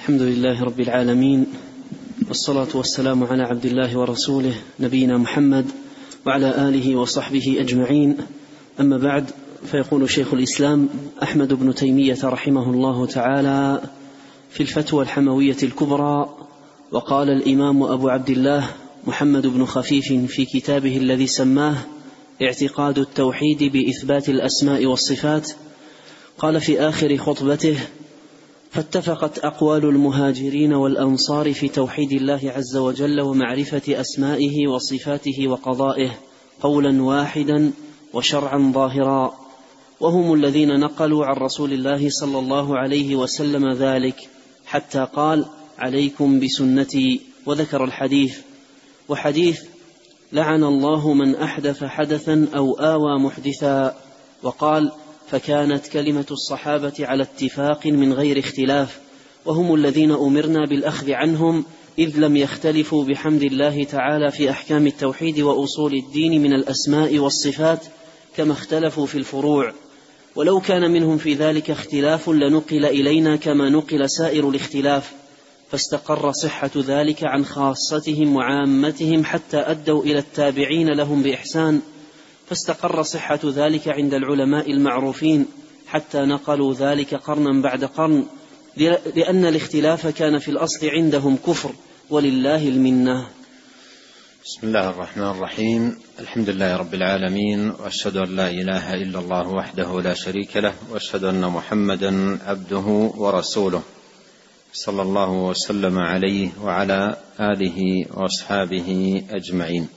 الحمد لله رب العالمين، والصلاة والسلام على عبد الله ورسوله نبينا محمد وعلى آله وصحبه أجمعين. أما بعد، فيقول شيخ الإسلام أحمد بن تيمية رحمه الله تعالى في الفتوى الحموية الكبرى: وقال الإمام أبو عبد الله محمد بن خفيف في كتابه الذي سماه اعتقاد التوحيد بإثبات الأسماء والصفات، قال في آخر خطبته: فاتفقت أقوال المهاجرين والأنصار في توحيد الله عز وجل ومعرفة أسمائه وصفاته وقضائه قولا واحدا وشرعا ظاهرا، وهم الذين نقلوا عن رسول الله صلى الله عليه وسلم ذلك، حتى قال: عليكم بسنتي، وذكر الحديث. وحديث: لعن الله من أحدث حدثا أو آوى محدثا. وقال: فكانت كلمة الصحابة على اتفاق من غير اختلاف، وهم الذين أمرنا بالأخذ عنهم، إذ لم يختلفوا بحمد الله تعالى في أحكام التوحيد وأصول الدين من الأسماء والصفات كما اختلفوا في الفروع، ولو كان منهم في ذلك اختلاف لنقل إلينا كما نقل سائر الاختلاف، فاستقر صحة ذلك عن خاصتهم وعامتهم حتى أدوا إلى التابعين لهم بإحسان، فاستقر صحة ذلك عند العلماء المعروفين حتى نقلوا ذلك قرنا بعد قرن، لأن الاختلاف كان في الأصل عندهم كفر، ولله المنة. بسم الله الرحمن الرحيم. الحمد لله رب العالمين، وأشهد أن لا إله إلا الله وحده لا شريك له، وأشهد أن محمدا عبده ورسوله، صلى الله وسلم عليه وعلى آله وأصحابه أجمعين.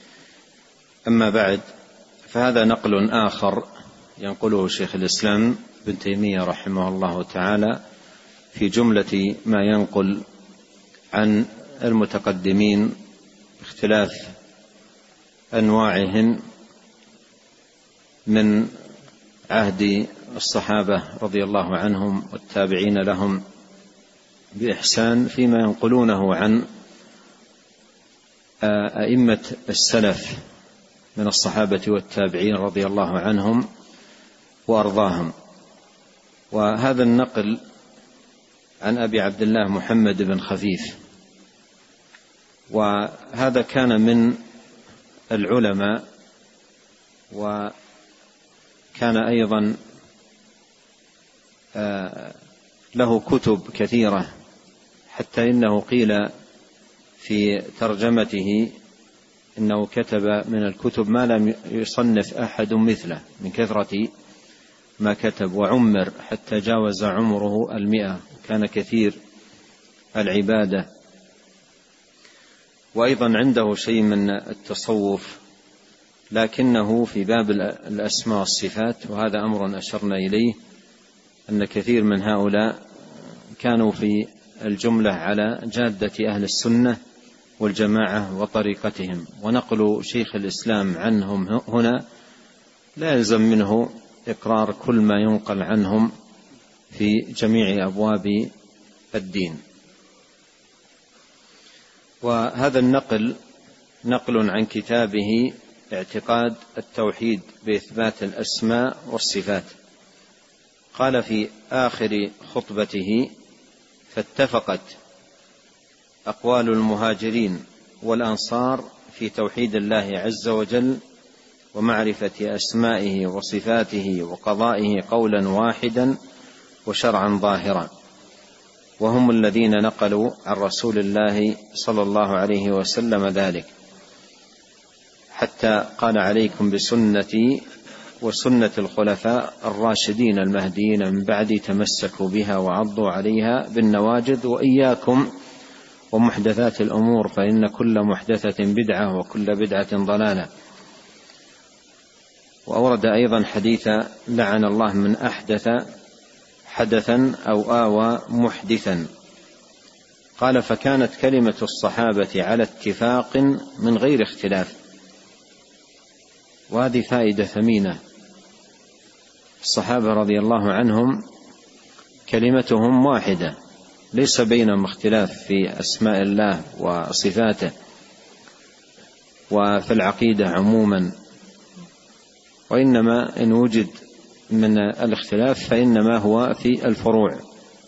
أما بعد، فهذا نقل آخر ينقله شيخ الإسلام ابن تيمية رحمه الله تعالى في جملة ما ينقل عن المتقدمين باختلاف أنواعهم من عهد الصحابة رضي الله عنهم والتابعين لهم بإحسان، فيما ينقلونه عن أئمة السلف من الصحابة والتابعين رضي الله عنهم وأرضاهم. وهذا النقل عن أبي عبد الله محمد بن خفيف، وهذا كان من العلماء، وكان أيضا له كتب كثيرة، حتى إنه قيل في ترجمته إنه كتب من الكتب ما لم يصنف أحد مثله من كثرة ما كتب، وعمر حتى جاوز عمره 100، وكان كثير العبادة. وأيضا عنده شيء من التصوف، لكنه في باب الأسماء والصفات، وهذا أمر أشرنا إليه، أن كثير من هؤلاء كانوا في الجملة على جادة أهل السنة والجماعة وطريقتهم، ونقل شيخ الإسلام عنهم هنا لا يلزم منه إقرار كل ما ينقل عنهم في جميع أبواب الدين. وهذا النقل نقل عن كتابه اعتقاد التوحيد بإثبات الأسماء والصفات. قال في آخر خطبته: فاتفقت أقوال المهاجرين والأنصار في توحيد الله عز وجل ومعرفة أسمائه وصفاته وقضائه قولا واحدا وشرعا ظاهرا، وهم الذين نقلوا عن رسول الله صلى الله عليه وسلم ذلك، حتى قال: عليكم بسنتي وسنة الخلفاء الراشدين المهديين من بعدي، تمسكوا بها وعضوا عليها بالنواجذ، وإياكم ومحدثات الأمور، فإن كل محدثة بدعة وكل بدعة ضلالة. وأورد أيضا حديث: لعن الله من أحدث حدثا أو آوى محدثا. قال: فكانت كلمة الصحابة على اتفاق من غير اختلاف. وهذه فائدة ثمينة. الصحابة رضي الله عنهم كلمتهم واحدة، ليس بينهم اختلاف في أسماء الله وصفاته وفي العقيدة عموما، وإنما إن وجد من الاختلاف فإنما هو في الفروع،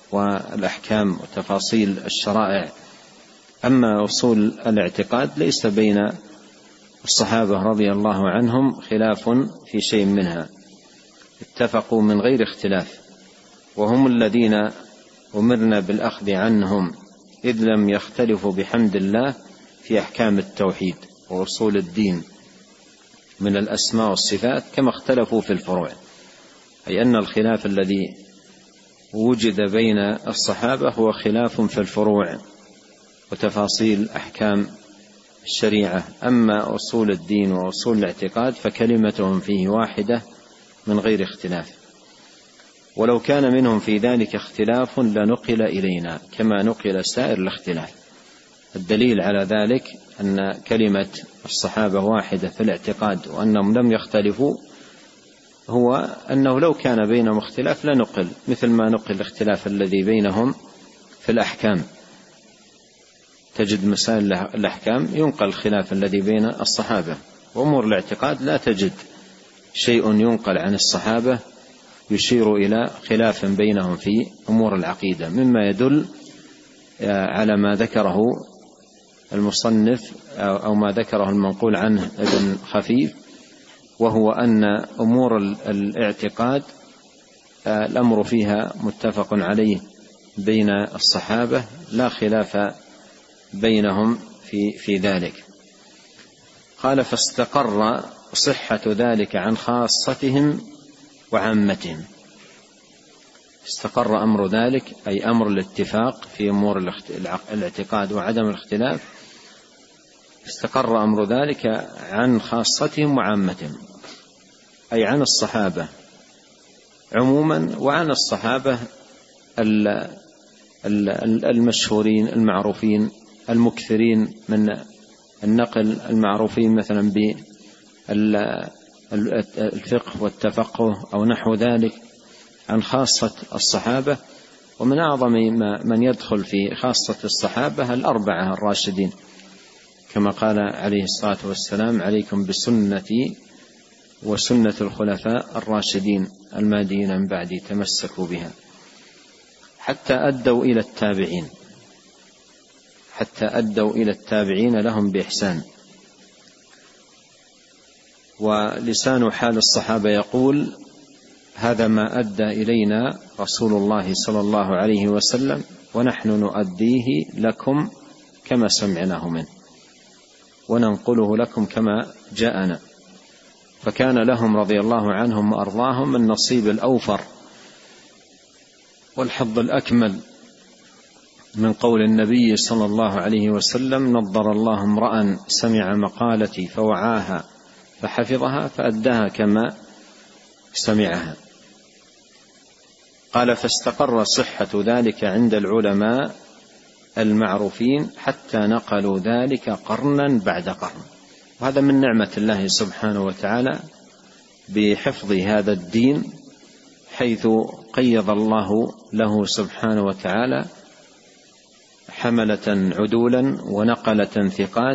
والأحكام وتفاصيل الشرائع. أما أصول الاعتقاد ليس بين الصحابة رضي الله عنهم خلاف في شيء منها، اتفقوا من غير اختلاف، وهم الذين أمرنا بالأخذ عنهم إذ لم يختلفوا بحمد الله في أحكام التوحيد وأصول الدين من الأسماء والصفات كما اختلفوا في الفروع، أي أن الخلاف الذي وجد بين الصحابة هو خلاف في الفروع وتفاصيل أحكام الشريعة. أما أصول الدين وأصول الاعتقاد فكلمتهم فيه واحدة من غير اختلاف، ولو كان منهم في ذلك اختلاف لنقل إلينا كما نقل سائر الاختلاف. الدليل على ذلك أن كلمة الصحابة واحدة في الاعتقاد وأنهم لم يختلفوا هو أنه لو كان بينهم اختلاف لنقل، مثل ما نقل الاختلاف الذي بينهم في الأحكام. تجد مسائل الأحكام ينقل الخلاف الذي بين الصحابة، وأمور الاعتقاد لا تجد شيء ينقل عن الصحابة يشير إلى خلاف بينهم في أمور العقيدة، مما يدل على ما ذكره المصنف أو ما ذكره المنقول عنه ابن خفيف، وهو أن أمور الاعتقاد الأمر فيها متفق عليه بين الصحابة لا خلاف بينهم في ذلك. قال فاستقر صحة ذلك عن خاصتهم وعامتهم. استقر أمر ذلك أي أمر الاتفاق في أمور الاعتقاد وعدم الاختلاف، استقر أمر ذلك عن خاصتهم وعامتهم، أي عن الصحابة عموما وعن الصحابة المشهورين المعروفين المكثرين من النقل المعروفين مثلا بالفقه والتفقه أو نحو ذلك، عن خاصة الصحابة. ومن أعظم من يدخل في خاصة الصحابة الأربعة الراشدين، كما قال عليه الصلاة والسلام عليكم بسنتي وسنة الخلفاء الراشدين المهديين من بعدي تمسكوا بها، حتى أدوا إلى التابعين لهم بإحسان. ولسان حال الصحابة يقول هذا ما أدى إلينا رسول الله صلى الله عليه وسلم ونحن نؤديه لكم كما سمعناه منه وننقله لكم كما جاءنا. فكان لهم رضي الله عنهم وأرضاهم النصيب الأوفر والحظ الأكمل من قول النبي صلى الله عليه وسلم نضر الله امرأ سمع مقالتي فوعاها فحفظها فأداها كما سمعها. قال فاستقر صحة ذلك عند العلماء المعروفين حتى نقلوا ذلك قرنا بعد قرن. وهذا من نعمة الله سبحانه وتعالى بحفظ هذا الدين، حيث قيض الله له سبحانه وتعالى حملة عدولا ونقلة ثقات،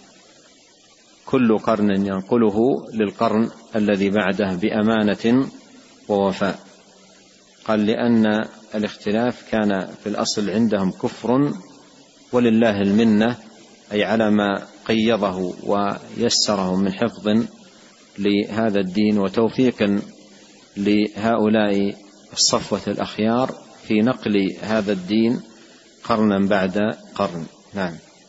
كل قرن ينقله للقرن الذي بعده بأمانة ووفاء. قال لأن الاختلاف كان في الأصل عندهم كفر، ولله المنة أي على ما قيضه ويسره من حفظ لهذا الدين وتوفيق لهؤلاء الصفوة الأخيار في نقل هذا الدين قرنا بعد قرن. نعم.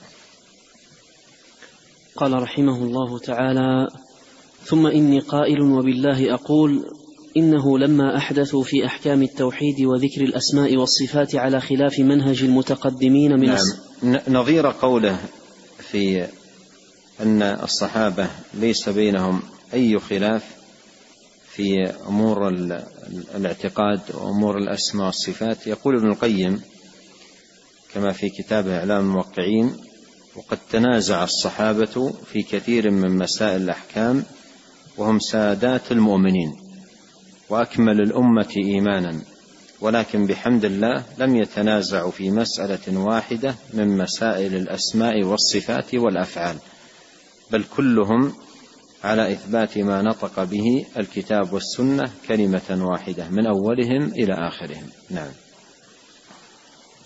قال رحمه الله تعالى: ثم إني قائل وبالله أقول إنه لما أحدثوا في أحكام التوحيد وذكر الأسماء والصفات على خلاف منهج المتقدمين من نظير قوله في أن الصحابة ليس بينهم أي خلاف في أمور الاعتقاد وأمور الأسماء والصفات، يقول ابن القيم كما في كتابه إعلام الموقعين: وقد تنازع الصحابة في كثير من مسائل الأحكام وهم سادات المؤمنين وأكمل الأمة إيمانا، ولكن بحمد الله لم يتنازعوا في مسألة واحدة من مسائل الأسماء والصفات والأفعال، بل كلهم على إثبات ما نطق به الكتاب والسنة كلمة واحدة من أولهم إلى آخرهم. نعم.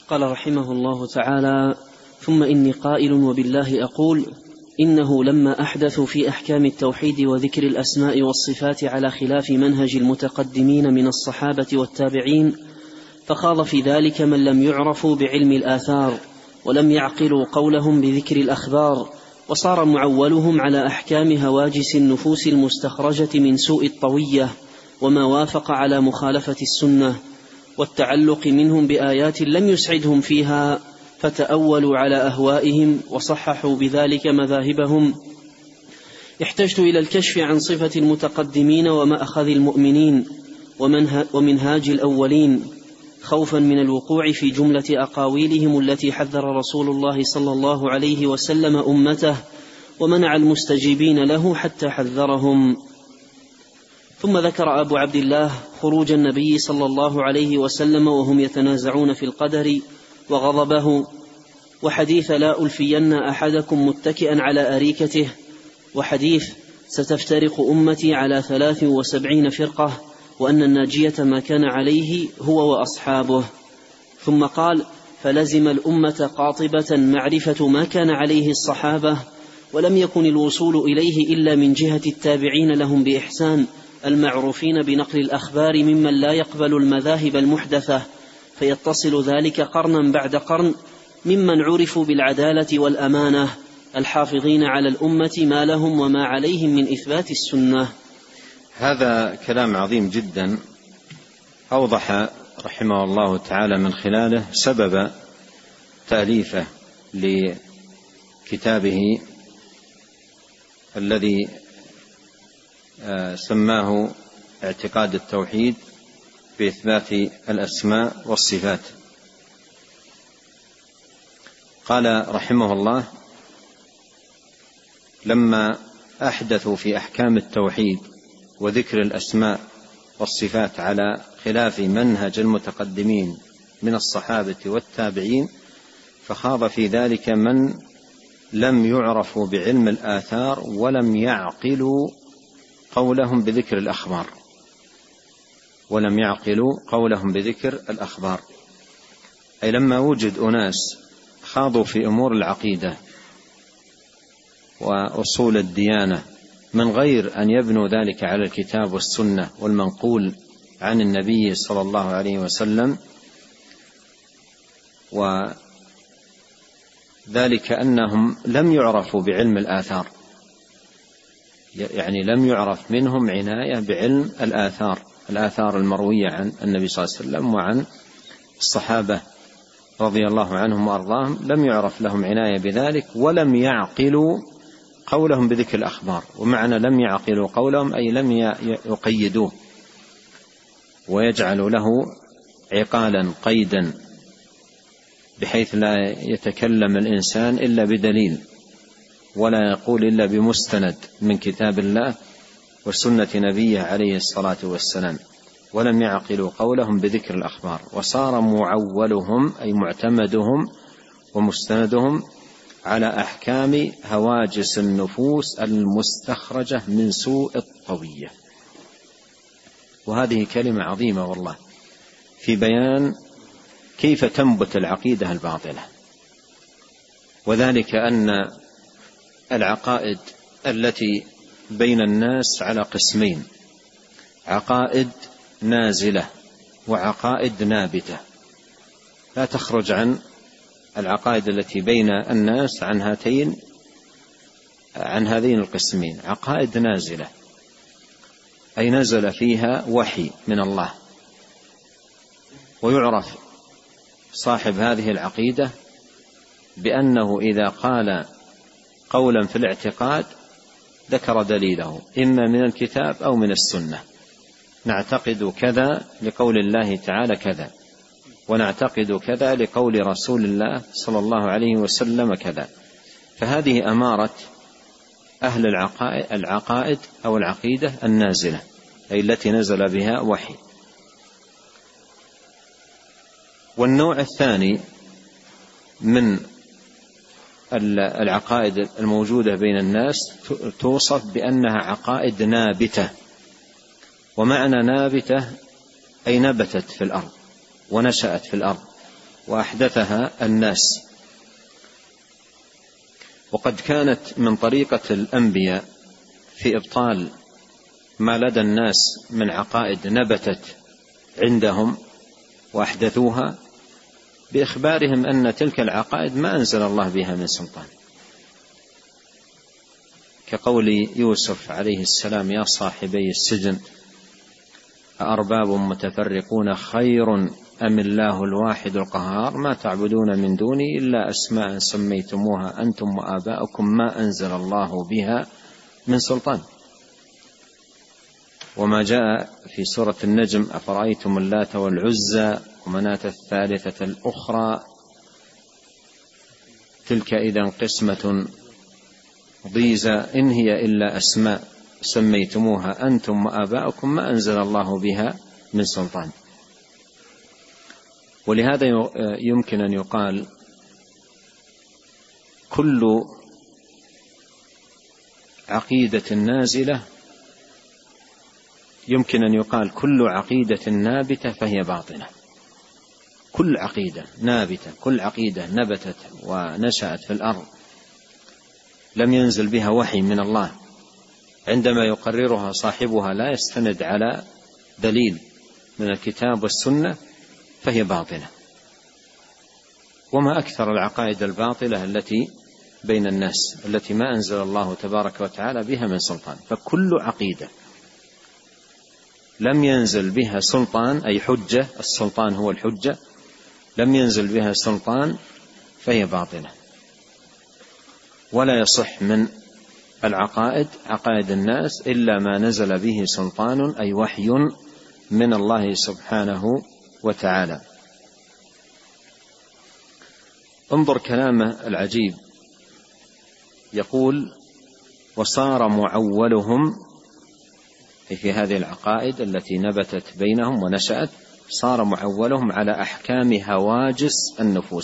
قال رحمه الله تعالى: ثم إني قائل وبالله أقول إنه لما أحدثوا في أحكام التوحيد وذكر الأسماء والصفات على خلاف منهج المتقدمين من الصحابة والتابعين، فخاض في ذلك من لم يعرفوا بعلم الآثار ولم يعقلوا قولهم بذكر الأخبار، وصار معولهم على أحكام هواجس النفوس المستخرجة من سوء الطوية وما وافق على مخالفة السنة، والتعلق منهم بآيات لم يسعدهم فيها، فتأولوا على أهوائهم وصححوا بذلك مذاهبهم. احتجت إلى الكشف عن صفة المتقدمين ومأخذ المؤمنين ومنهاج الأولين، خوفا من الوقوع في جملة أقاويلهم التي حذر رسول الله صلى الله عليه وسلم أمته ومنع المستجيبين له حتى حذرهم. ثم ذكر أبو عبد الله خروج النبي صلى الله عليه وسلم وهم يتنازعون في القدر وغضبه، وحديث لا ألفين أحدكم متكئا على أريكته، وحديث ستفترق أمتي على 73 فرقة وأن الناجية ما كان عليه هو وأصحابه. ثم قال: فلزم الأمة قاطبة معرفة ما كان عليه الصحابة، ولم يكن الوصول إليه إلا من جهة التابعين لهم بإحسان المعروفين بنقل الأخبار ممن لا يقبل المذاهب المحدثة، فيتصل ذلك قرنا بعد قرن ممن عرفوا بالعدالة والأمانة الحافظين على الأمة ما لهم وما عليهم من إثبات السنة. هذا كلام عظيم جدا، أوضح رحمه الله تعالى من خلاله سبب تأليفه لكتابه الذي سماه اعتقاد التوحيد بإثبات الأسماء والصفات. قال رحمه الله: لما أحدثوا في أحكام التوحيد وذكر الأسماء والصفات على خلاف منهج المتقدمين من الصحابة والتابعين، فخاض في ذلك من لم يعرفوا بعلم الآثار ولم يعقلوا قولهم بذكر الأخبار، أي لما وجد أناس خاضوا في أمور العقيدة وأصول الديانة من غير أن يبنوا ذلك على الكتاب والسنة والمنقول عن النبي صلى الله عليه وسلم، وذلك أنهم لم يعرفوا بعلم الآثار، يعني لم يعرف منهم عناية بعلم الآثار المروية عن النبي صلى الله عليه وسلم وعن الصحابة رضي الله عنهم وأرضاهم، لم يعرف لهم عناية بذلك، ولم يعقلوا قولهم بذكر الأخبار. ومعنى لم يعقلوا قولهم أي لم يقيدوه ويجعلوا له عقالا قيدا، بحيث لا يتكلم الإنسان إلا بدليل ولا يقول إلا بمستند من كتاب الله وسنة نبيه عليه الصلاة والسلام. ولم يعقلوا قولهم بذكر الأخبار، وصار معولهم أي معتمدهم ومستندهم على أحكام هواجس النفوس المستخرجة من سوء الطوية. وهذه كلمة عظيمة والله في بيان كيف تنبت العقيدة الباطلة، وذلك أن العقائد التي بين الناس على قسمين: عقائد نازلة وعقائد نابتة، لا تخرج عن العقائد التي بين الناس عن هذين القسمين. عقائد نازلة أي نزل فيها وحي من الله، ويعرف صاحب هذه العقيدة بأنه إذا قال قولا في الاعتقاد ذكر دليله إما من الكتاب أو من السنة، نعتقد كذا لقول الله تعالى كذا، ونعتقد كذا لقول رسول الله صلى الله عليه وسلم كذا. فهذه أمارة أهل العقائد أو العقيدة النازلة، أي التي نزل بها وحي. والنوع الثاني من العقائد الموجودة بين الناس توصف بأنها عقائد نابتة، ومعنى نابتة أي نبتت في الأرض ونشأت في الأرض وأحدثها الناس. وقد كانت من طريقة الأنبياء في إبطال ما لدى الناس من عقائد نبتت عندهم وأحدثوها بإخبارهم أن تلك العقائد ما أنزل الله بها من سلطان، كقول يوسف عليه السلام: يا صاحبي السجن أأرباب متفرقون خير أم الله الواحد القهار ما تعبدون من دوني إلا أسماء سميتموها أنتم وآباؤكم ما أنزل الله بها من سلطان. وما جاء في سورة النجم: أفرأيتم اللات والعزى ومناة الثالثة الأخرى تلك إذا قسمة ضيزى إن هي إلا أسماء سميتموها أنتم وآباؤكم ما أنزل الله بها من سلطان. ولهذا يمكن أن يقال كل عقيدة نازلة، يمكن أن يقال كل عقيدة نابتة فهي باطلة. كل عقيدة نابتة، كل عقيدة نبتت ونشأت في الأرض لم ينزل بها وحي من الله، عندما يقررها صاحبها لا يستند على دليل من الكتاب والسنة فهي باطلة. وما أكثر العقائد الباطلة التي بين الناس التي ما أنزل الله تبارك وتعالى بها من سلطان. فكل عقيدة لم ينزل بها سلطان، أي حجة، السلطان هو الحجة، لم ينزل بها سلطان فهي باطلة. ولا يصح من العقائد عقائد الناس إلا ما نزل به سلطان، أي وحي من الله سبحانه وتعالى. انظر كلامه العجيب، يقول: وصار معولهم، في هذه العقائد التي نبتت بينهم ونشأت، صار معولهم على أحكام هواجس النفوس.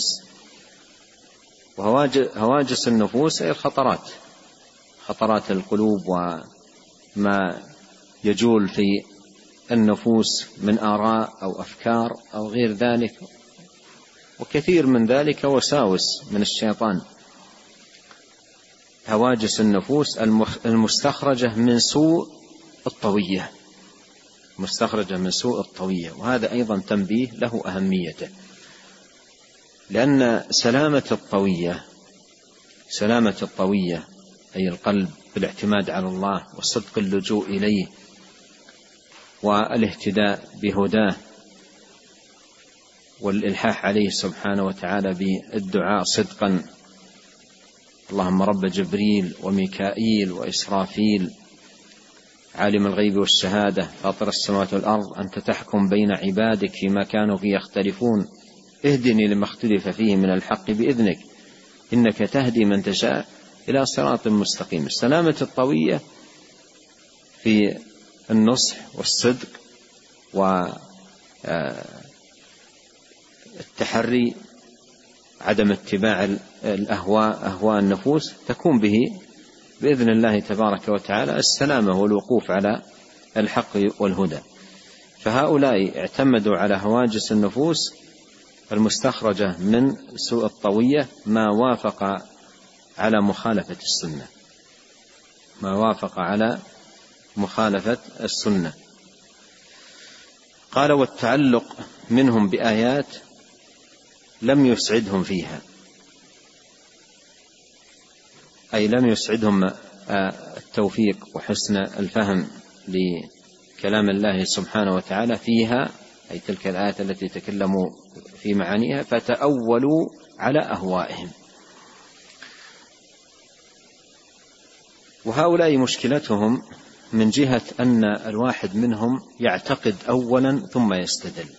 وهواجس النفوس هي الخطرات، خطرات القلوب وما يجول في النفوس من آراء أو أفكار أو غير ذلك، وكثير من ذلك وساوس من الشيطان. هواجس النفوس المستخرجة من سوء الطوية، مستخرجة من سوء الطوية. وهذا أيضا تنبيه له أهميته، لأن سلامة الطوية أي القلب بالاعتماد على الله وصدق اللجوء إليه والاهتداء بهداه والإلحاح عليه سبحانه وتعالى بالدعاء صدقا: اللهم رب جبريل وميكائيل وإسرافيل عالم الغيب والشهادة فاطر السماوات والأرض أنت تحكم بين عبادك فيما كانوا فيه يختلفون اهدني لما اختلف فيه من الحق بإذنك إنك تهدي من تشاء إلى صراط مستقيم. السلامة الطوية في النصح والصدق والتحري، عدم اتباع أهواء النفوس، تكون به بإذن الله تبارك وتعالى السلامة والوقوف على الحق والهدى. فهؤلاء اعتمدوا على هواجس النفوس المستخرجة من سوء الطوية ما وافق على مخالفة السنة، ما وافق على مخالفة السنة. قال: والتعلق منهم بآيات لم يسعدهم فيها، أي لم يسعدهم التوفيق وحسن الفهم لكلام الله سبحانه وتعالى فيها، أي تلك الآيات التي تكلموا في معانيها، فتأولوا على أهوائهم. وهؤلاء مشكلتهم من جهة أن الواحد منهم يعتقد أولا ثم يستدل،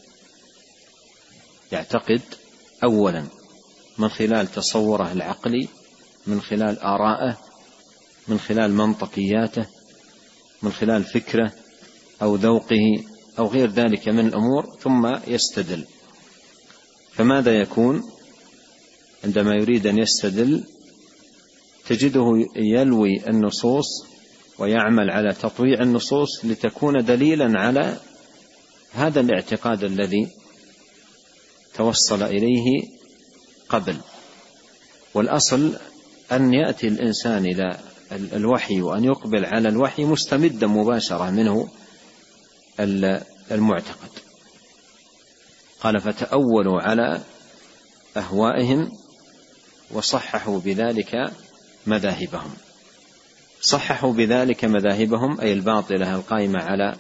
يعتقد أولا من خلال تصوره العقلي، من خلال آرائه، من خلال منطقياته، من خلال فكره أو ذوقه أو غير ذلك من الأمور، ثم يستدل. فماذا يكون عندما يريد أن يستدل؟ تجده يلوي النصوص ويعمل على تطويع النصوص لتكون دليلا على هذا الاعتقاد الذي توصل إليه قبل. والأصل أن يأتي الإنسان إلى الوحي وأن يقبل على الوحي مستمدا مباشرة منه المعتقد. قال فتأولوا على أهوائهم وصححوا بذلك مذاهبهم. صححوا بذلك مذاهبهم أي الباطلة القائمة على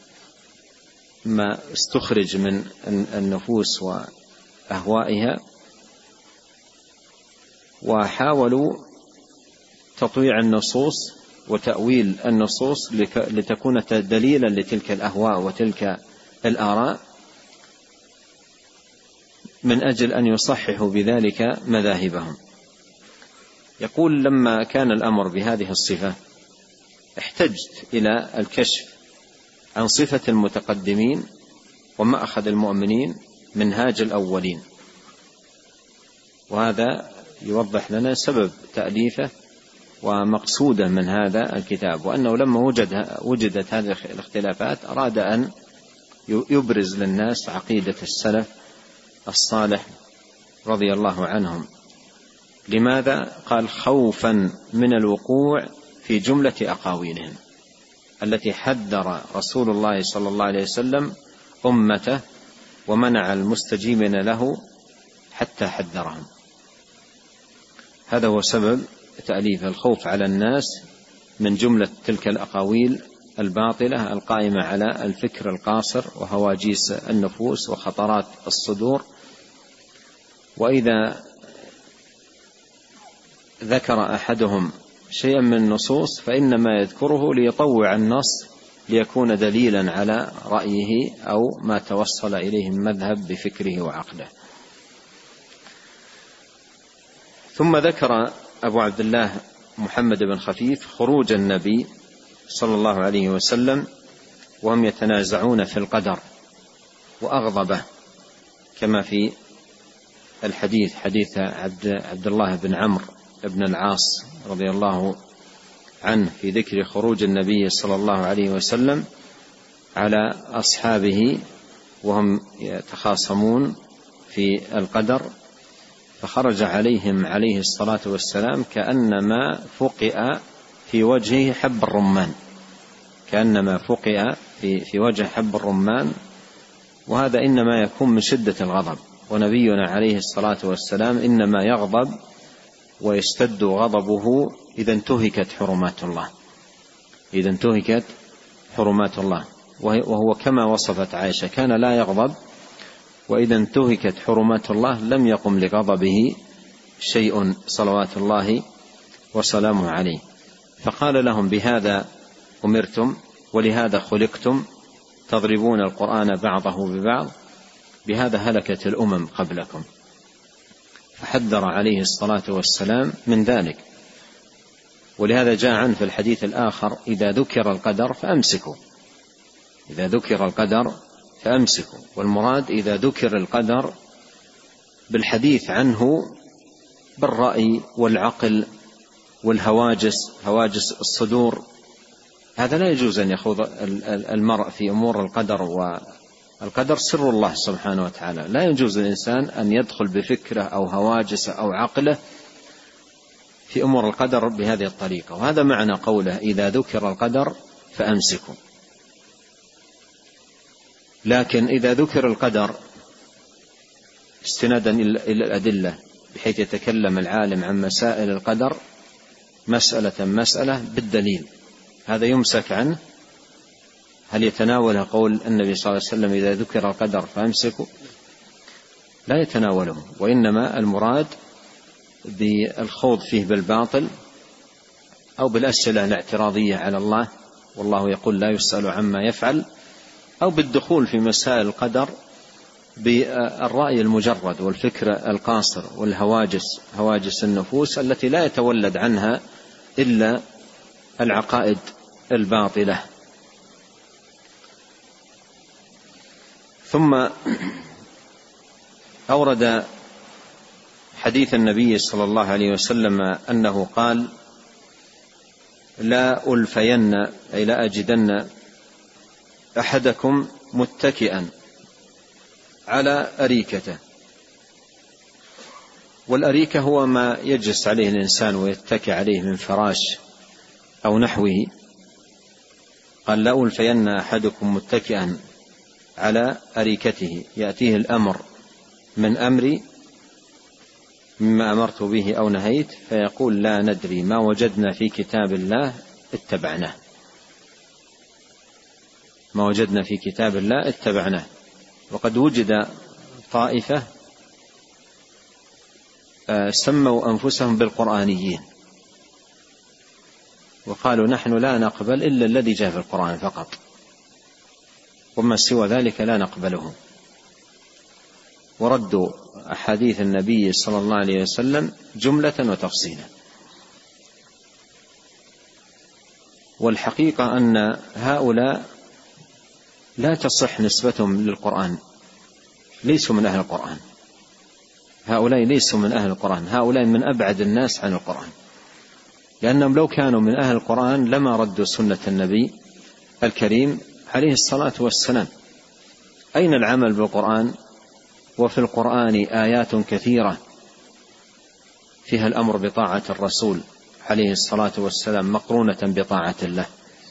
ما استخرج من النفوس وأهوائها، وحاولوا تطويع النصوص وتأويل النصوص لتكون دليلا لتلك الأهواء وتلك الآراء، من أجل أن يصححوا بذلك مذاهبهم. يقول لما كان الأمر بهذه الصفة احتجت إلى الكشف عن صفة المتقدمين ومأخذ المؤمنين منهاج الأولين. وهذا يوضح لنا سبب تأليفه ومقصوده من هذا الكتاب، وأنه لما وجدت هذه الاختلافات أراد أن يبرز للناس عقيدة السلف الصالح رضي الله عنهم. لماذا؟ قال خوفا من الوقوع في جملة أقاويلهم التي حذر رسول الله صلى الله عليه وسلم أمته ومنع المستجيبين له حتى حذرهم. هذا هو سبب تأليف، الخوف على الناس من جملة تلك الأقاويل الباطلة القائمة على الفكر القاصر وهواجيس النفوس وخطرات الصدور. وإذا ذكر أحدهم شيئا من النصوص فإنما يذكره ليطوع النص ليكون دليلا على رأيه أو ما توصل إليه المذهب بفكره وعقله. ثم ذكر أبو عبد الله محمد بن خفيف خروج النبي صلى الله عليه وسلم وهم يتنازعون في القدر وأغضبه، كما في الحديث حديث عبد الله بن عمرو بن العاص رضي الله عنه في ذكر خروج النبي صلى الله عليه وسلم على أصحابه وهم يتخاصمون في القدر، فخرج عليهم عليه الصلاة والسلام كأنما فقئ في وجهه حب الرمان، كأنما فقئ في وجه حب الرمان. وهذا إنما يكون من شدة الغضب، ونبينا عليه الصلاة والسلام إنما يغضب ويشتد غضبه إذا انتهكت حرمات الله، إذا انتهكت حرمات الله. وهو كما وصفت عائشة كان لا يغضب، وإذا انتهكت حرمات الله لم يقم لغضبه شيء صلوات الله وسلامه عليه. فقال لهم بهذا أمرتم ولهذا خلقتم تضربون القرآن بعضه ببعض، بهذا هلكت الأمم قبلكم. فحذر عليه الصلاة والسلام من ذلك. ولهذا جاء عنه في الحديث الآخر إذا ذكر القدر فأمسكوا، إذا ذكر القدر فأمسكوا. والمراد إذا ذكر القدر بالحديث عنه بالرأي والعقل والهواجس، هواجس الصدور. هذا لا يجوز أن يخوض المرء في أمور القدر، والقدر سر الله سبحانه وتعالى، لا يجوز للإنسان أن يدخل بفكره أو هواجسه أو عقله في أمور القدر بهذه الطريقة. وهذا معنى قوله إذا ذكر القدر فأمسكوا. لكن إذا ذكر القدر استنادا إلى الأدلة بحيث يتكلم العالم عن مسائل القدر مسألة بالدليل، هذا يمسك عنه. هل يتناول قول النبي صلى الله عليه وسلم إذا ذكر القدر فأمسكوا؟ لا يتناوله، وإنما المراد بالخوض فيه بالباطل أو بالأسئلة الاعتراضية على الله والله يقول لا يسأل عما يفعل، أو بالدخول في مسائل القدر بالرأي المجرد والفكر القاصر والهواجس، هواجس النفوس التي لا يتولد عنها إلا العقائد الباطلة. ثم أورد حديث النبي صلى الله عليه وسلم أنه قال لا ألفين أي لا أجدن أحدكم متكئا على أريكته والأريكة هو ما يجلس عليه الإنسان ويتكئ عليه من فراش أو نحوه. قال لا ألفين أحدكم متكئا على أريكته يأتيه الأمر من أمري مما أمرت به أو نهيت فيقول لا ندري ما وجدنا في كتاب الله اتبعناه، ما وجدنا في كتاب الله اتبعناه. وقد وجد طائفة سموا أنفسهم بالقرآنيين وقالوا نحن لا نقبل إلا الذي جاء في القرآن فقط، وما سوى ذلك لا نقبله، وردوا أحاديث النبي صلى الله عليه وسلم جملة وتفصيلا. والحقيقة أن هؤلاء لا تصح نسبتهم للقرآن، ليسوا من أهل القرآن، هؤلاء ليسوا من أهل القرآن، هؤلاء من أبعد الناس عن القرآن، لأنهم لو كانوا من أهل القرآن لما ردوا سنة النبي الكريم عليه الصلاة والسلام. أين العمل بالقرآن؟ وفي القرآن آيات كثيرة فيها الأمر بطاعة الرسول عليه الصلاة والسلام مقرونة بطاعة الله.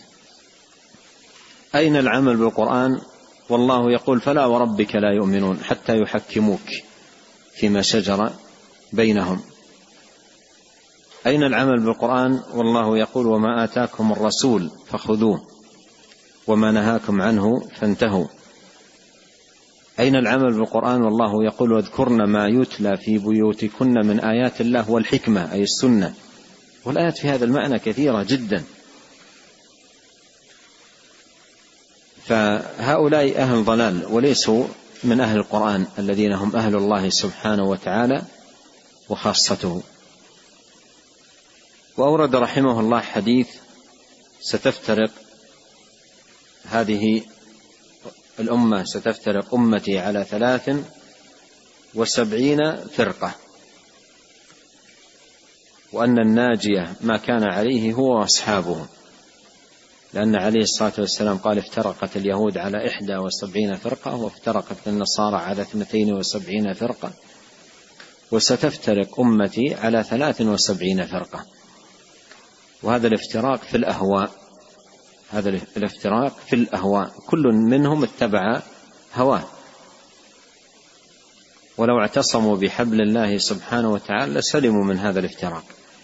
أين العمل بالقرآن والله يقول فلا وربك لا يؤمنون حتى يحكموك فيما شجر بينهم؟ أين العمل بالقرآن والله يقول وما آتاكم الرسول فخذوه وما نهاكم عنه فانتهوا؟ أين العمل بالقرآن والله يقول واذكرن ما يتلى في بيوتكن من آيات الله والحكمة أي السنة؟ والآيات في هذا المعنى كثيرة جدا. فهؤلاء أهل ضلال وليسوا من أهل القرآن الذين هم أهل الله سبحانه وتعالى وخاصته. وأورد رحمه الله حديث ستفترق هذه الأمة، ستفترق أمتي على 73 فرقة، وأن الناجية ما كان عليه هو وأصحابه، لأن عليه الصلاة والسلام قال افترقت اليهود على 71 فرقة وافترقت النصارى على 72 فرقة وستفترق أمتي على 73 فرقة. وهذا الافتراق في الأهواء، هذا الافتراق في الأهواء، كل منهم اتبع هواه، ولو اعتصموا بحبل الله سبحانه وتعالى لسلموا من هذا الافتراق.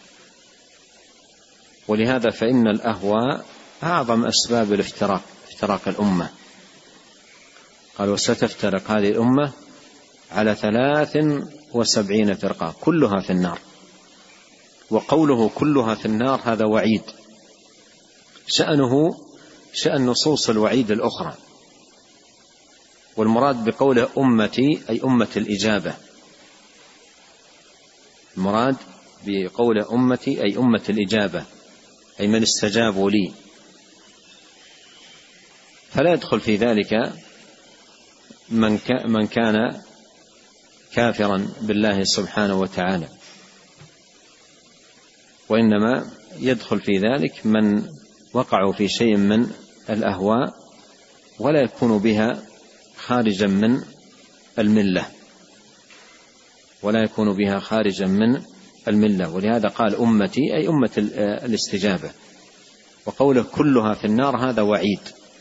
ولهذا فإن الأهواء أعظم أسباب الافتراق، افتراق الأمة. قال وستفترق هذه الأمة على 73 فرقة كلها في النار. وقوله كلها في النار هذا وعيد، شأنه شأن نصوص الوعيد الأخرى، والمراد بقوله أمتي أي أمة الإجابة، المراد بقوله أمتي أي أمة الإجابة، أي من استجابوا لي، فلا يدخل في ذلك من كان كافرا بالله سبحانه وتعالى، وإنما يدخل في ذلك من وقعوا في شيء من الأهواء ولا يكون بها خارجا من الملة، ولا يكون بها خارجا من الملة. ولهذا قال أمتي أي أمة الاستجابة. وقوله كلها في النار هذا وعيد،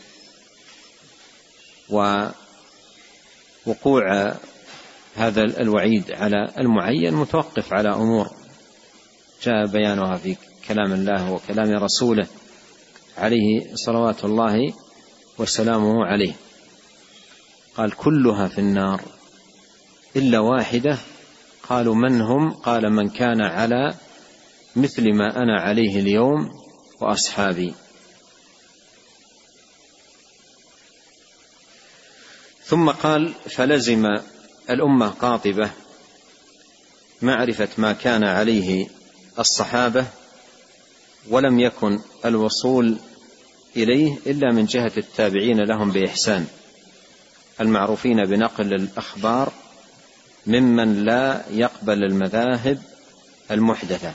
ووقوع هذا الوعيد على المعين متوقف على أمور جاء بيانها في كلام الله وكلام رسوله عليه صلوات الله وسلامه عليه. قال كلها في النار إلا واحدة، قالوا من هم؟ قال من كان على مثل ما أنا عليه اليوم وأصحابي. ثم قال فلزم الأمة قاطبة معرفة ما كان عليه الصحابة، ولم يكن الوصول إليه إلا من جهة التابعين لهم بإحسان المعروفين بنقل الأخبار ممن لا يقبل المذاهب المحدثة.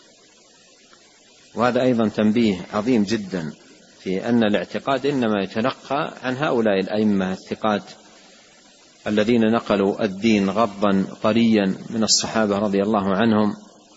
وهذا أيضا تنبيه عظيم جدا في أن الاعتقاد إنما يتلقى عن هؤلاء الأئمة الثقات الذين نقلوا الدين غضا طريا من الصحابة رضي الله عنهم،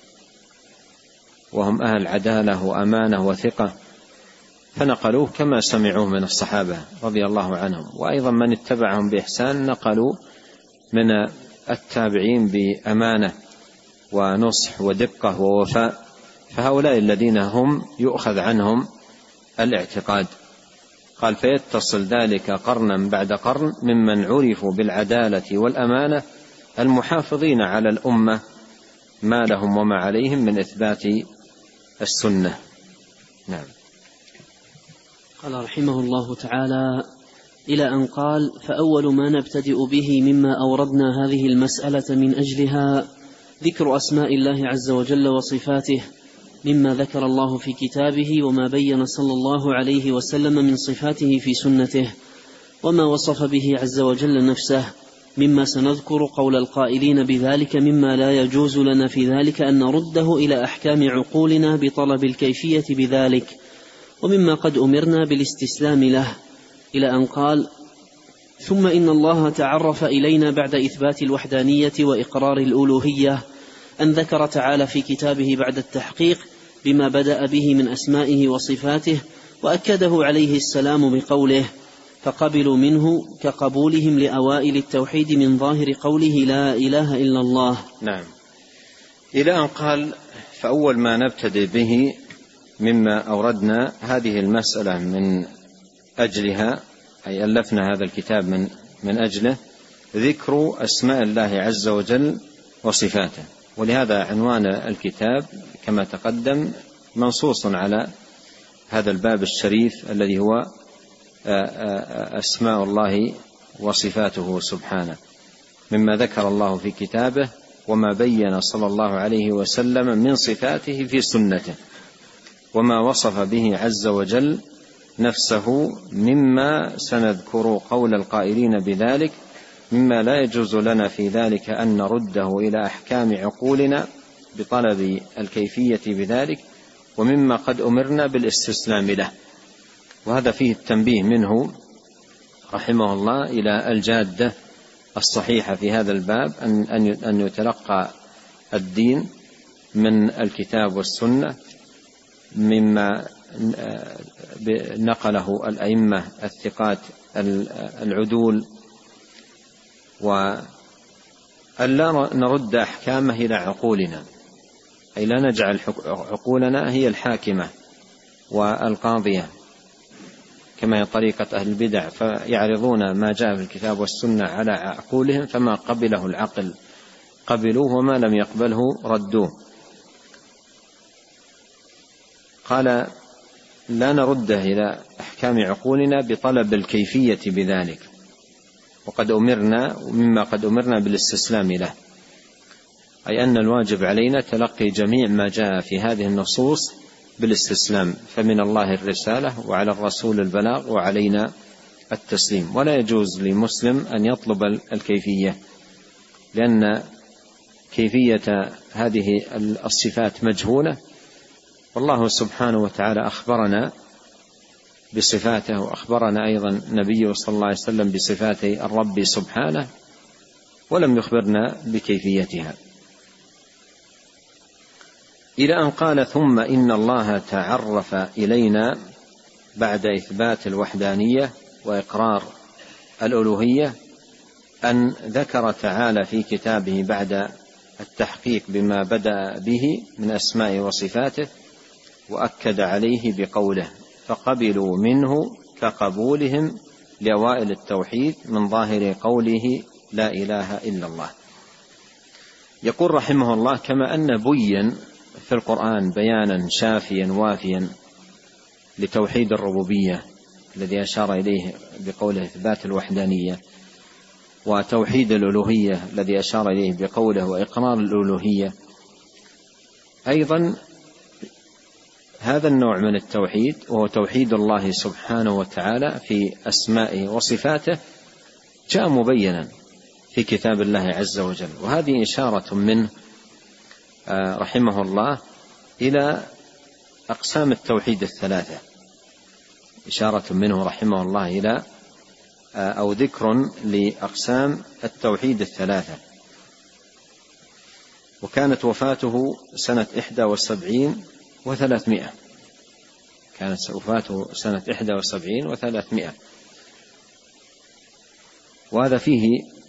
وهم أهل عدالة وأمانة وثقة، فنقلوه كما سمعوه من الصحابة رضي الله عنهم. وأيضا من اتبعهم بإحسان نقلوا من التابعين بأمانة ونصح ودقة ووفاء، فهؤلاء الذين هم يؤخذ عنهم الاعتقاد. قال: فيتصل ذلك قرنا بعد قرن ممن عرفوا بالعدالة والأمانة المحافظين على الأمة ما لهم وما عليهم من إثبات السنة. نعم. قال رحمه الله تعالى: إلى أن قال: فأول ما نبتدئ به مما أوردنا هذه المسألة من أجلها ذكر أسماء الله عز وجل وصفاته، مما ذكر الله في كتابه وما بين صلى الله عليه وسلم من صفاته في سنته، وما وصف به عز وجل نفسه، مما سنذكر قول القائلين بذلك مما لا يجوز لنا في ذلك أن نرده إلى أحكام عقولنا بطلب الكيفية بذلك، ومما قد أمرنا بالاستسلام له، إلى أن قال: ثم إن الله تعرف إلينا بعد إثبات الوحدانية وإقرار الألوهية أن ذكر تعالى في كتابه بعد التحقيق بما بدأ به من أسمائه وصفاته، وأكده عليه السلام بقوله: فقبلوا منه كقبولهم لأوائل التوحيد من ظاهر قوله لا إله إلا الله. نعم. إلى أن قال: فأول ما نبتدئ به مما أوردنا هذه المسألة من أجلها، أي ألفنا هذا الكتاب من أجله، ذكر أسماء الله عز وجل وصفاته. ولهذا عنوان الكتاب كما تقدم منصوص على هذا الباب الشريف الذي هو أسماء الله وصفاته سبحانه، مما ذكر الله في كتابه وما بين صلى الله عليه وسلم من صفاته في سنته، وما وصف به عز وجل نفسه، مما سنذكر قول القائلين بذلك مما لا يجوز لنا في ذلك أن نرده إلى أحكام عقولنا بطلب الكيفية بذلك، ومما قد أمرنا بالاستسلام له. وهذا فيه التنبيه منه رحمه الله إلى الجادة الصحيحة في هذا الباب، أن يتلقى الدين من الكتاب والسنة مما نقله الأئمة الثقات العدول، وأن لا نرد أحكامه إلى عقولنا، أي لا نجعل عقولنا هي الحاكمة والقاضية كما هي طريقة أهل البدع، فيعرضون ما جاء في الكتاب والسنة على عقولهم، فما قبله العقل قبلوه وما لم يقبله ردوه. قال: لا نرده إلى أحكام عقولنا بطلب الكيفية بذلك، وقد أمرنا ومما قد أمرنا بالاستسلام له، أي أن الواجب علينا تلقي جميع ما جاء في هذه النصوص بالاستسلام، فمن الله الرسالة وعلى الرسول البلاغ وعلينا التسليم. ولا يجوز لمسلم أن يطلب الكيفية، لأن كيفية هذه الصفات مجهولة، والله سبحانه وتعالى أخبرنا بصفاته، وأخبرنا أيضا نبيه صلى الله عليه وسلم بصفات الرب سبحانه، ولم يخبرنا بكيفيتها. إلى أن قال: ثم إن الله تعرف إلينا بعد إثبات الوحدانية وإقرار الألوهية أن ذكر تعالى في كتابه بعد التحقيق بما بدأ به من أسماء وصفاته، وأكد عليه بقوله: فقبلوا منه كقبولهم لأوائل التوحيد من ظاهر قوله لا إله إلا الله. يقول رحمه الله: كما أن بين في القرآن بيانا شافيا وافيا لتوحيد الربوبية الذي أشار إليه بقوله إثبات الوحدانية، وتوحيد الألوهية الذي أشار إليه بقوله وإقرار الألوهية، أيضا هذا النوع من التوحيد وهو توحيد الله سبحانه وتعالى في أسمائه وصفاته جاء مبينا في كتاب الله عز وجل. وهذه إشارة منه رحمه الله إلى أقسام التوحيد الثلاثة، إشارة منه رحمه الله إلى أو ذكر لأقسام التوحيد الثلاثة. وكانت وفاته سنة 71 و300، كانت وفاته سنة 71 و300. وهذا فيه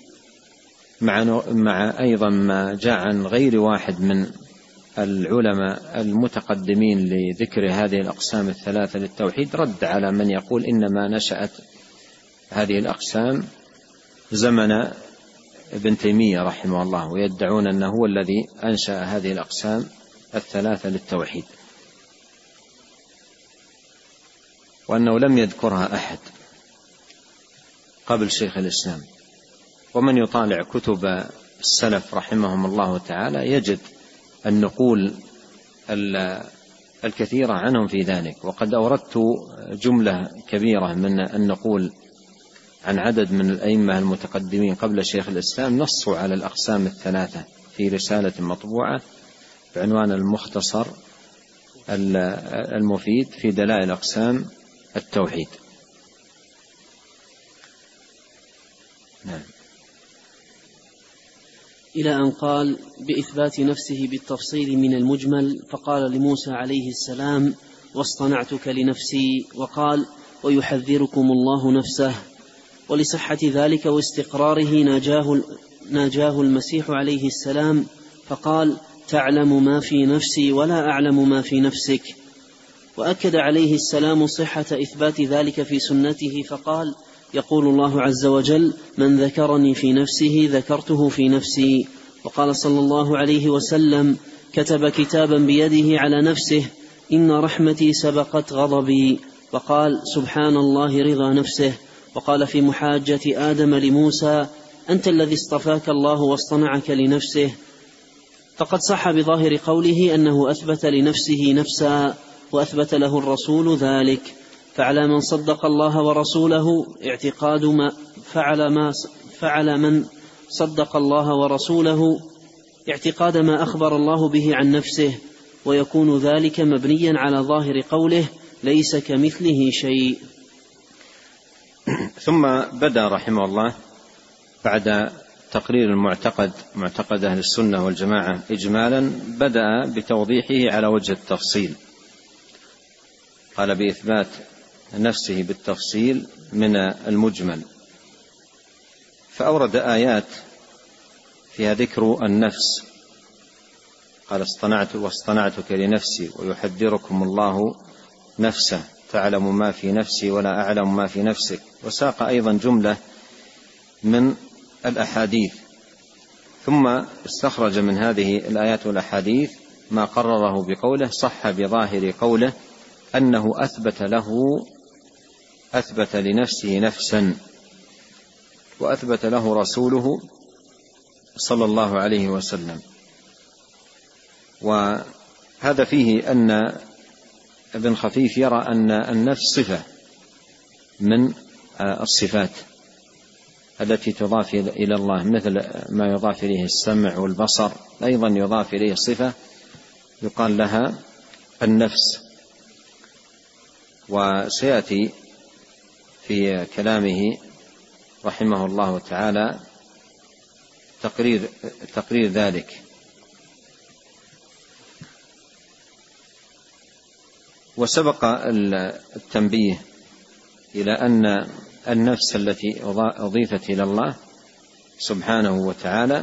مع أيضا ما جاء عن غير واحد من العلماء المتقدمين لذكر هذه الأقسام الثلاثة للتوحيد رد على من يقول إنما نشأت هذه الأقسام زمن ابن تيمية رحمه الله، ويدعون أنه هو الذي أنشأ هذه الأقسام الثلاثة للتوحيد، وأنه لم يذكرها أحد قبل شيخ الإسلام. ومن يطالع كتب السلف رحمهم الله تعالى يجد النقول الكثيرة عنهم في ذلك. وقد أوردت جملة كبيرة من النقول عن عدد من الأئمة المتقدمين قبل شيخ الإسلام نصوا على الأقسام الثلاثة في رسالة مطبوعة بعنوان المختصر المفيد في دلائل أقسام التوحيد. نعم. إلى أن قال بإثبات نفسه بالتفصيل من المجمل، فقال لموسى عليه السلام: واصطنعتك لنفسي، وقال: ويحذركم الله نفسه. ولصحة ذلك واستقراره ناجاه المسيح عليه السلام فقال: تعلم ما في نفسي ولا أعلم ما في نفسك. وأكد عليه السلام صحة إثبات ذلك في سنته فقال: يقول الله عز وجل: من ذكرني في نفسه ذكرته في نفسي. وقال صلى الله عليه وسلم: كتب كتابا بيده على نفسه: إن رحمتي سبقت غضبي. وقال: سبحان الله رضا نفسه. وقال في محاجة آدم لموسى: أنت الذي اصطفاك الله واصطنعك لنفسه. فقد صح بظاهر قوله أنه أثبت لنفسه نفسا، وأثبت له الرسول ذلك. فعلى من صدق الله ورسوله اعتقاد ما فعل من صدق الله ورسوله اعتقاد ما أخبر الله به عن نفسه، ويكون ذلك مبنيا على ظاهر قوله: ليس كمثله شيء. ثم بدأ رحمه الله بعد تقرير معتقد أهل السنة والجماعة إجمالا، بدأ بتوضيحه على وجه التفصيل. قال: بإثبات نفسه بالتفصيل من المجمل، فأورد آيات فيها ذكر النفس. قال: واصطنعتك لنفسي ويحذركم الله نفسه، تعلم ما في نفسي ولا أعلم ما في نفسك. وساق أيضا جملة من الأحاديث، ثم استخرج من هذه الآيات والأحاديث ما قرره بقوله: صح بظاهر قوله أنه أثبت لنفسه نفسا، وأثبت له رسوله صلى الله عليه وسلم. وهذا فيه أن ابن خفيف يرى أن النفس صفة من الصفات التي تضاف إلى الله، مثل ما يضاف إليه السمع والبصر، أيضا يضاف إليه صفة يقال لها النفس. وسيأتي في كلامه رحمه الله تعالى تقرير ذلك. وسبق التنبيه إلى أن النفس التي أضيفت إلى الله سبحانه وتعالى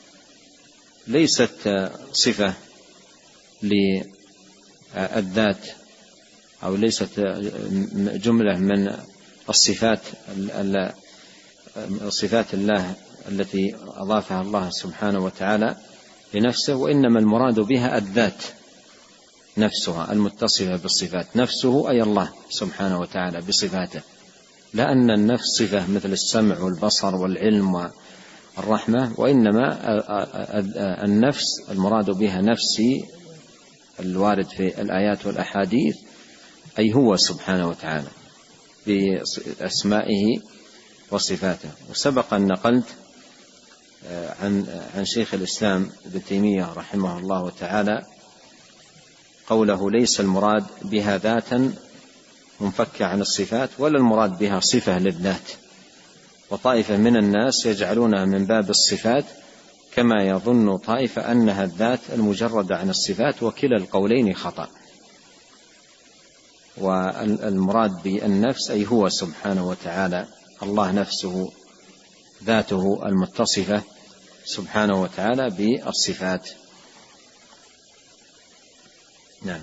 ليست صفة للذات، أو ليست جملة من صفات الله التي أضافها الله سبحانه وتعالى لنفسه، وإنما المراد بها الذات نفسها المتصفة بالصفات، نفسه أي الله سبحانه وتعالى بصفاته، لا أن النفس صفة مثل السمع والبصر والعلم والرحمة، وإنما النفس المراد بها نفسي الوارد في الآيات والأحاديث، أي هو سبحانه وتعالى بأسمائه وصفاته. وسبق أن نقلت عن شيخ الإسلام ابن تيمية رحمه الله تعالى قوله: ليس المراد بها ذاتا منفكة عن الصفات، ولا المراد بها صفة للذات، وطائفة من الناس يجعلونها من باب الصفات، كما يظن طائفة أنها الذات المجردة عن الصفات، وكلا القولين خطأ. والمراد بالنفس أي هو سبحانه وتعالى، الله نفسه ذاته المتصفة سبحانه وتعالى بالصفات. نعم.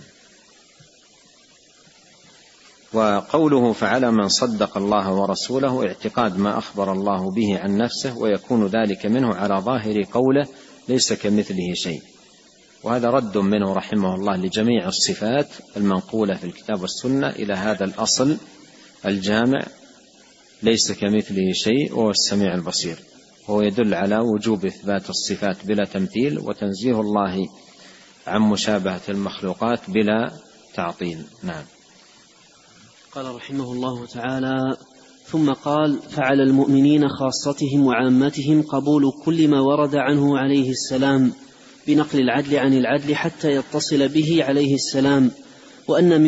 وقوله فعلى من صدق الله ورسوله اعتقاد ما أخبر الله به عن نفسه، ويكون ذلك منه على ظاهر قوله ليس كمثله شيء. وهذا رد منه رحمه الله لجميع الصفات المنقولة في الكتاب والسنة إلى هذا الأصل الجامع ليس كمثله شيء وهو السميع البصير. وهو يدل على وجوب إثبات الصفات بلا تمثيل، وتنزيه الله عن مشابهة المخلوقات بلا تعطيل. نعم. قال رحمه الله تعالى: ثم قال: فعلى المؤمنين خاصتهم وعامتهم قبول كل ما ورد عنه عليه السلام بنقل العدل عن العدل حتى يتصل به عليه السلام، وأن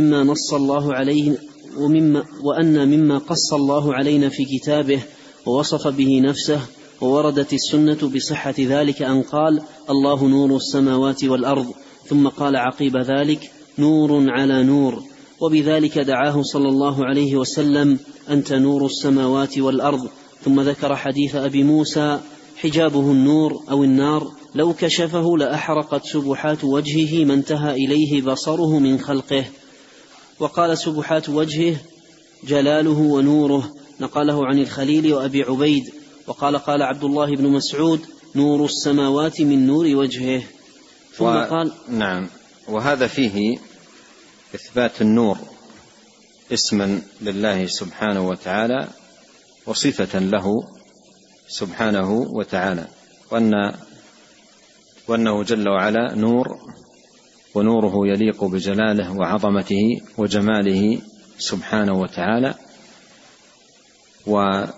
مما قص الله علينا في كتابه ووصف به نفسه ووردت السنة بصحة ذلك أن قال: الله نور السماوات والأرض، ثم قال عقيب ذلك: نور على نور. وبذلك دعاه صلى الله عليه وسلم: أنت نور السماوات والأرض. ثم ذكر حديث أبي موسى: حجابه النور أو النار، لو كشفه لأحرقت سبحات وجهه ما انتهى إليه بصره من خلقه. وقال: سبحات وجهه جلاله ونوره، نقله عن الخليل وأبي عبيد. وقال: قال عبد الله بن مسعود: نور السماوات من نور وجهه. ثم قال: نعم. وهذا فيه إثبات النور اسما لله سبحانه وتعالى وصفة له سبحانه وتعالى، وأنه جل وعلا نور، ونوره يليق بجلاله وعظمته وجماله سبحانه وتعالى. وقد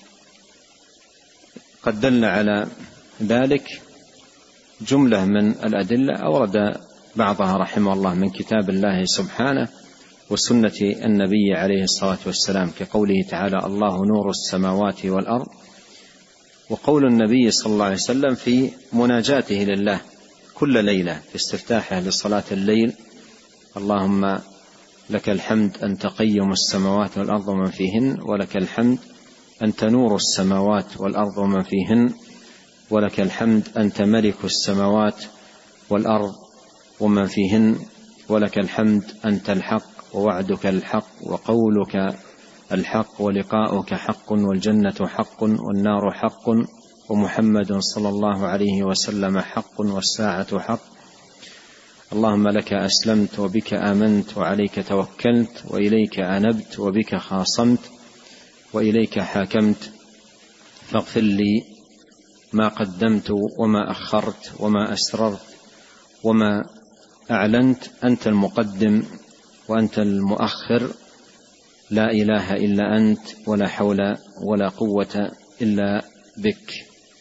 دل على ذلك جملة من الأدلة أورد بعضها رحمه الله من كتاب الله سبحانه وسنة النبي عليه الصلاة والسلام، كقوله تعالى: الله نور السماوات والأرض. وقول النبي صلى الله عليه وسلم في مناجاته لله كل ليلة في استفتاحه لصلاة الليل: اللهم لك الحمد أنت قيم السماوات والأرض ومن فيهن، ولك الحمد أنت نور السماوات والأرض ومن فيهن، ولك الحمد أنت ملك السماوات والأرض ومن فيهن، ولك الحمد أنت الحق ووعدك الحق وقولك الحق ولقاؤك حق والجنة حق والنار حق ومحمد صلى الله عليه وسلم حق والساعة حق. اللهم لك أسلمت وبك آمنت وعليك توكلت وإليك أنبت وبك خاصمت وإليك حاكمت، فاغفر لي ما قدمت وما أخرت وما أسررت وما أعلنت، أنت المقدم وأنت المؤخر، لا إله إلا أنت ولا حول ولا قوة إلا بك.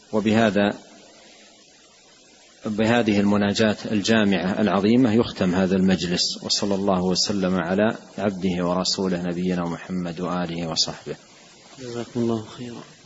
بهذه المناجاة الجامعة العظيمة يختم هذا المجلس، وصلى الله وسلم على عبده ورسوله نبينا محمد وآله وصحبه. جزاكم الله خيرا.